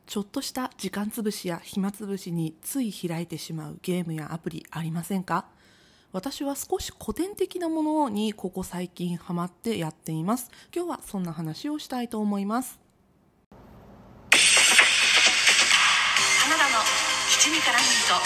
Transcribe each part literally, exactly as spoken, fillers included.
ちょっとした時間つぶしや暇つぶしについ開いてしまうゲームやアプリありませんか？私は少し古典的なものにここ最近ハマってやっています。今日はそんな話をしたいと思います。 カナダの七味からミント。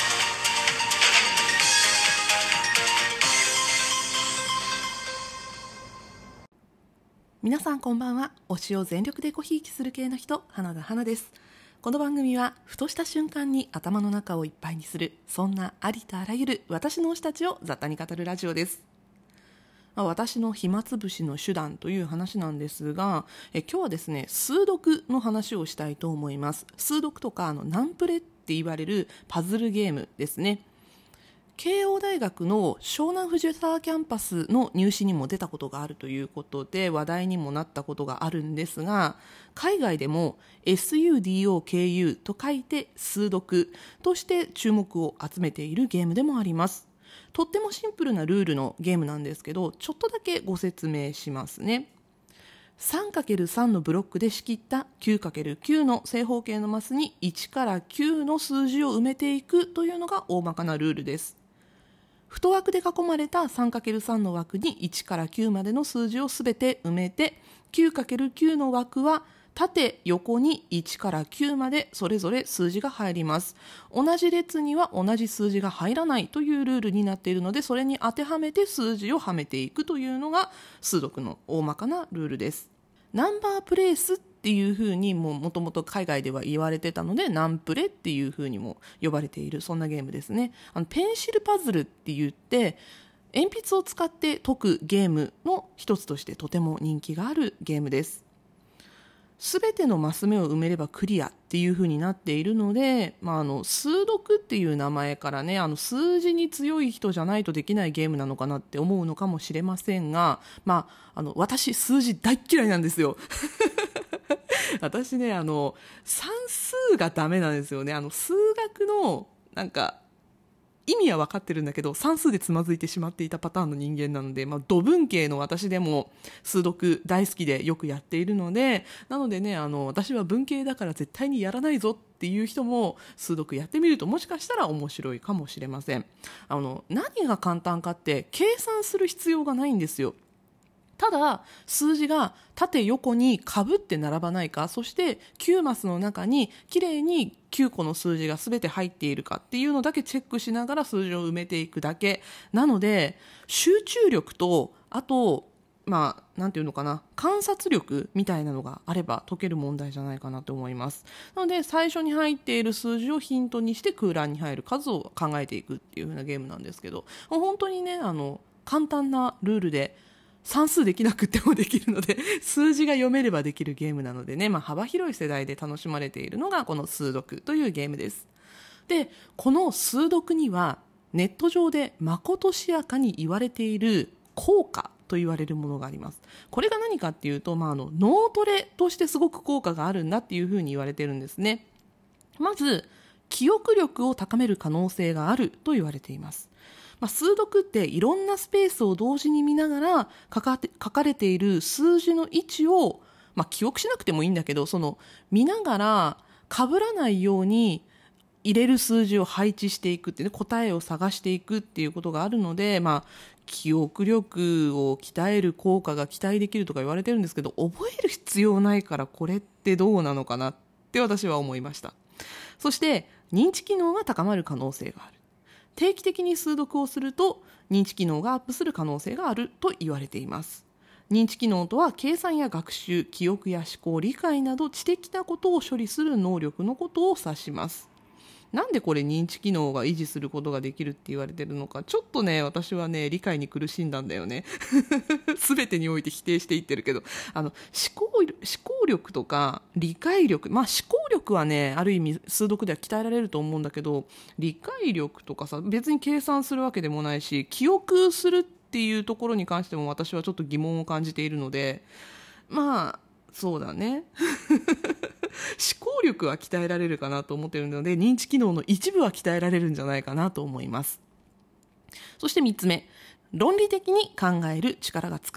皆さんこんばんは。推しを全力でごひいきする系の人、花田花です。この番組はふとした瞬間に頭の中をいっぱいにする、そんなありとあらゆる私の推したちを雑多に語るラジオです。まあ、私の暇つぶしの手段という話なんですが、え今日はですね、数読の話をしたいと思います。数読とかあのナンプレって言われるパズルゲームですね。慶応大学の湘南藤沢キャンパスの入試にも出たことがあるということで話題にもなったことがあるんですが、海外でも エスユーディーオーケーユー と書いて数読として注目を集めているゲームでもあります。とってもシンプルなルールのゲームなんですけど、ちょっとだけご説明しますね。さんかけるさん のブロックで仕切った きゅうかけるきゅう の正方形のマスにいちからきゅうの数字を埋めていくというのが大まかなルールです。太枠で囲まれた さんかけるさん の枠にいちからきゅうまでの数字をすべて埋めて、きゅうかけるきゅう の枠は縦横にいちからきゅうまでそれぞれ数字が入ります。同じ列には同じ数字が入らないというルールになっているので、それに当てはめて数字をはめていくというのが数読の大まかなルールです。ナンバープレイスっていうふうにもともと海外では言われてたので、ナンプレっていうふうにも呼ばれている、そんなゲームですね。あのペンシルパズルって言って鉛筆を使って解くゲームの一つとしてとても人気があるゲームです。すべてのマス目を埋めればクリアっていう風になっているので、まあ、あの数読っていう名前からね、あの数字に強い人じゃないとできないゲームなのかなって思うのかもしれませんが、まあ、あの私数字大っ嫌いなんですよ私ね、あの算数がダメなんですよね。あの数学のなんか意味は分かってるんだけど、算数でつまずいてしまっていたパターンの人間なので、まあ、土文系の私でも数読大好きでよくやっているので、なのでね、あの私は文系だから絶対にやらないぞっていう人も数読やってみるともしかしたら面白いかもしれません。あの何が簡単かって計算する必要がないんですよ。ただ数字が縦横にかぶって並ばないか、そしてきゅうマスの中にきれいにきゅうこの数字が全て入っているかっていうのだけチェックしながら数字を埋めていくだけなので、集中力とあとまあなんていうのかな、観察力みたいなのがあれば解ける問題じゃないかなと思います。なので最初に入っている数字をヒントにして空欄に入る数を考えていくっていう風なゲームなんですけど、本当にね、あの簡単なルールで算数できなくてもできるので数字が読めればできるゲームなのでね、まあ、幅広い世代で楽しまれているのがこの数読というゲームです。で、この数読にはネット上でまことしやかに言われている効果と言われるものがあります。これが何かっていうと、まあ、あの脳トレとしてすごく効果があるんだっていうふうに言われているんですね。まず記憶力を高める可能性があると言われています。まあ、数読っていろんなスペースを同時に見ながら書かて書かれている数字の位置を、まあ、記憶しなくてもいいんだけど、その見ながら被らないように入れる数字を配置していくって、ね、答えを探していくっていうことがあるので、まあ、記憶力を鍛える効果が期待できるとか言われてるんですけど、覚える必要ないからこれってどうなのかなって私は思いました。そして認知機能が高まる可能性がある。定期的に数読をすると認知機能がアップする可能性があると言われています。認知機能とは計算や学習、記憶や思考、理解など知的なことを処理する能力のことを指します。なんでこれ認知機能が維持することができるって言われてるのか、ちょっとね私はね理解に苦しんだんだよね全てにおいて否定していってるけど、あの思考、思考力とか理解力、まあ思考力はねある意味数読では鍛えられると思うんだけど、理解力とかさ、別に計算するわけでもないし、記憶するっていうところに関しても私はちょっと疑問を感じているので、まあそうだね思考力は鍛えられるかなと思っているので、認知機能の一部は鍛えられるんじゃないかなと思います。そしてみっつめ、論理的に考える力がつく。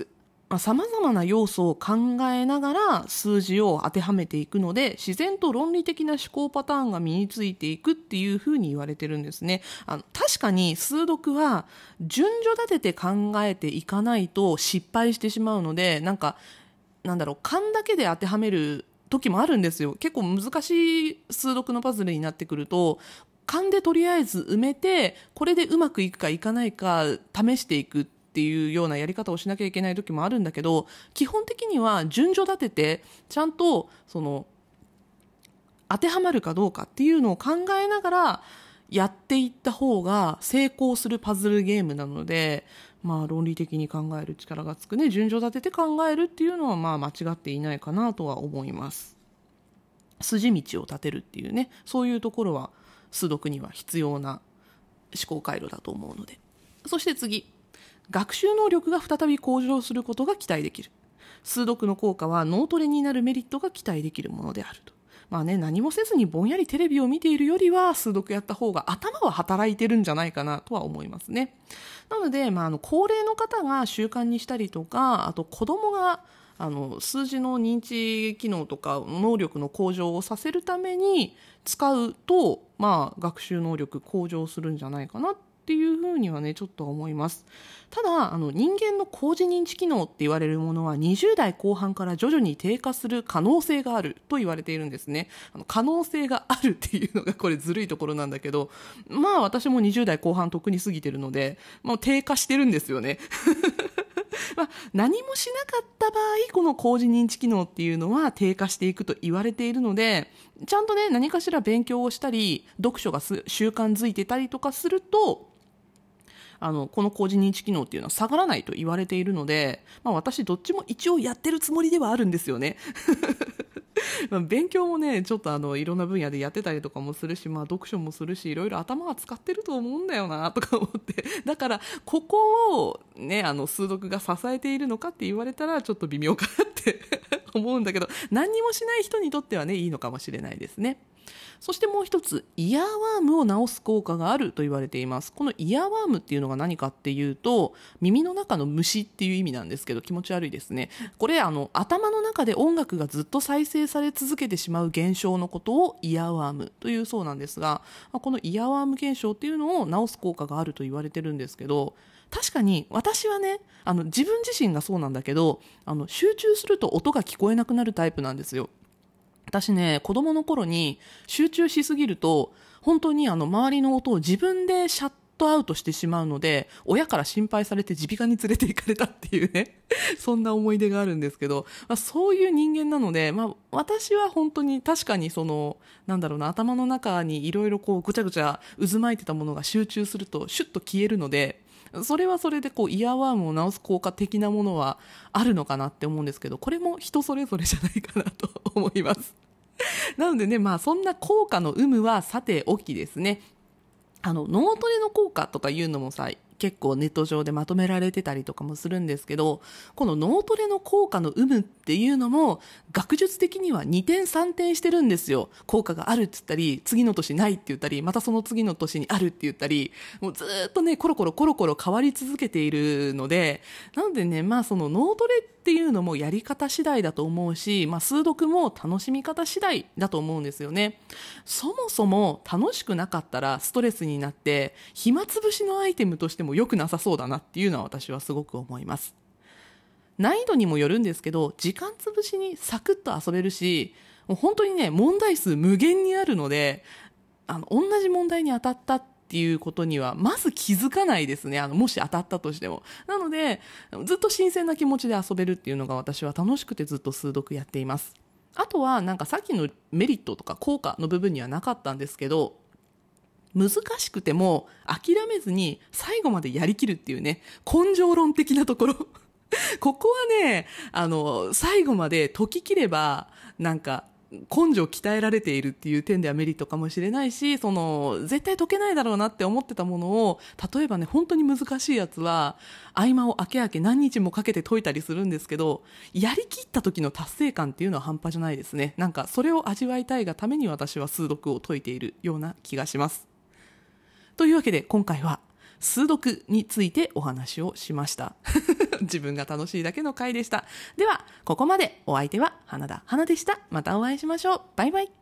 さまざまな要素を考えながら数字を当てはめていくので、自然と論理的な思考パターンが身についていくっていうふうに言われてるんですね。あの確かに数読は順序立てて考えていかないと失敗してしまうので、なんかなんだろう勘だけで当てはめる時もあるんですよ。結構難しい数読のパズルになってくると、勘でとりあえず埋めて、これでうまくいくかいかないか試していくっていうようなやり方をしなきゃいけない時もあるんだけど、基本的には順序立ててちゃんとその当てはまるかどうかっていうのを考えながらやっていった方が成功するパズルゲームなので、まあ論理的に考える力がつくね、順序立てて考えるっていうのはまあ間違っていないかなとは思います。筋道を立てるっていうね、そういうところは数読には必要な思考回路だと思うので。そして次、学習能力が再び向上することが期待できる。数読の効果は脳トレになるメリットが期待できるものであると。まあね、何もせずにぼんやりテレビを見ているよりは数読やった方が頭は働いてるんじゃないかなとは思いますね。なので、まあ、あの高齢の方が習慣にしたりとか、あと子供があの数字の認知機能とか能力の向上をさせるために使うと、まあ、学習能力向上するんじゃないかなっていうふうにはねちょっと思います。ただあの人間の高次認知機能って言われるものはにじゅう代後半から徐々に低下する可能性があると言われているんですね。あの可能性があるっていうのがこれずるいところなんだけど、まあ私もにじゅう代後半とっくに過ぎてるので、まあ、低下してるんですよねまあ、何もしなかった場合この高次認知機能っていうのは低下していくと言われているので、ちゃんとね何かしら勉強をしたり読書が習慣づいてたりとかすると、あのこの高次認知機能っていうのは下がらないと言われているので、まあ、私どっちも一応やってるつもりではあるんですよねまあ勉強もねちょっとあのいろんな分野でやってたりとかもするし、まあ、読書もするしいろいろ頭は使ってると思うんだよなとか思って、だからここをねあの数読が支えているのかって言われたらちょっと微妙かなって思うんだけど、何にもしない人にとってはねいいのかもしれないですね。そしてもう一つ、イヤーワームを治す効果があると言われています。このイヤーワームっていうのが何かっていうと、耳の中の虫っていう意味なんですけど、気持ち悪いですね。これあの頭の中で音楽がずっと再生され続けてしまう現象のことをイヤーワームというそうなんですが、このイヤーワーム現象っていうのを治す効果があると言われてるんですけど、確かに私はねあの自分自身がそうなんだけど、あの集中すると音が聞こえなくなるタイプなんですよ。私ね子供の頃に集中しすぎると本当にあの周りの音を自分でシャットアウトしてしまうので、親から心配されて耳鼻科に連れて行かれたっていうねそんな思い出があるんですけど、まあ、そういう人間なので、まあ、私は本当に確かにそのなんだろうな頭の中にいろいろこうぐちゃぐちゃ渦巻いてたものが集中するとシュッと消えるので、それはそれでこうイヤーワームを治す効果的なものはあるのかなって思うんですけど、これも人それぞれじゃないかなと思いますなのでね、まあそんな効果の有無はさておきですね、あの脳トレの効果とかいうのもさ結構ネット上でまとめられてたりとかもするんですけど、この脳トレの効果の有無っていうのも学術的にはにてんさんてんしてるんですよ。効果があるって言ったり次の年ないって言ったりまたその次の年にあるって言ったり、もうずっとねコロコロコロコロ変わり続けているので、なのでねまあその脳トレっていうのもやり方次第だと思うし、まあ、数読も楽しみ方次第だと思うんですよね。そもそも楽しくなかったらストレスになって暇つぶしのアイテムとしても良くなさそうだなっていうのは私はすごく思います。難易度にもよるんですけど時間つぶしにサクッと遊べるし、もう本当にね問題数無限にあるので、あの同じ問題に当たったっていうことにはまず気づかないですね。あのもし当たったとしても。なのでずっと新鮮な気持ちで遊べるっていうのが私は楽しくてずっと数読やっています。あとはなんかさっきのメリットとか効果の部分にはなかったんですけど、難しくても諦めずに最後までやりきるっていうね根性論的なところここはねあの最後まで解ききればなんか根性鍛えられているっていう点ではメリットかもしれないし、その絶対解けないだろうなって思ってたものを例えばね本当に難しいやつは合間を空け空け何日もかけて解いたりするんですけど、やりきった時の達成感っていうのは半端じゃないですね。なんかそれを味わいたいがために私は数読を解いているような気がします。というわけで今回は数読についてお話をしました自分が楽しいだけの回でした。ではここまで。お相手は花田花でした。またお会いしましょう。バイバイ。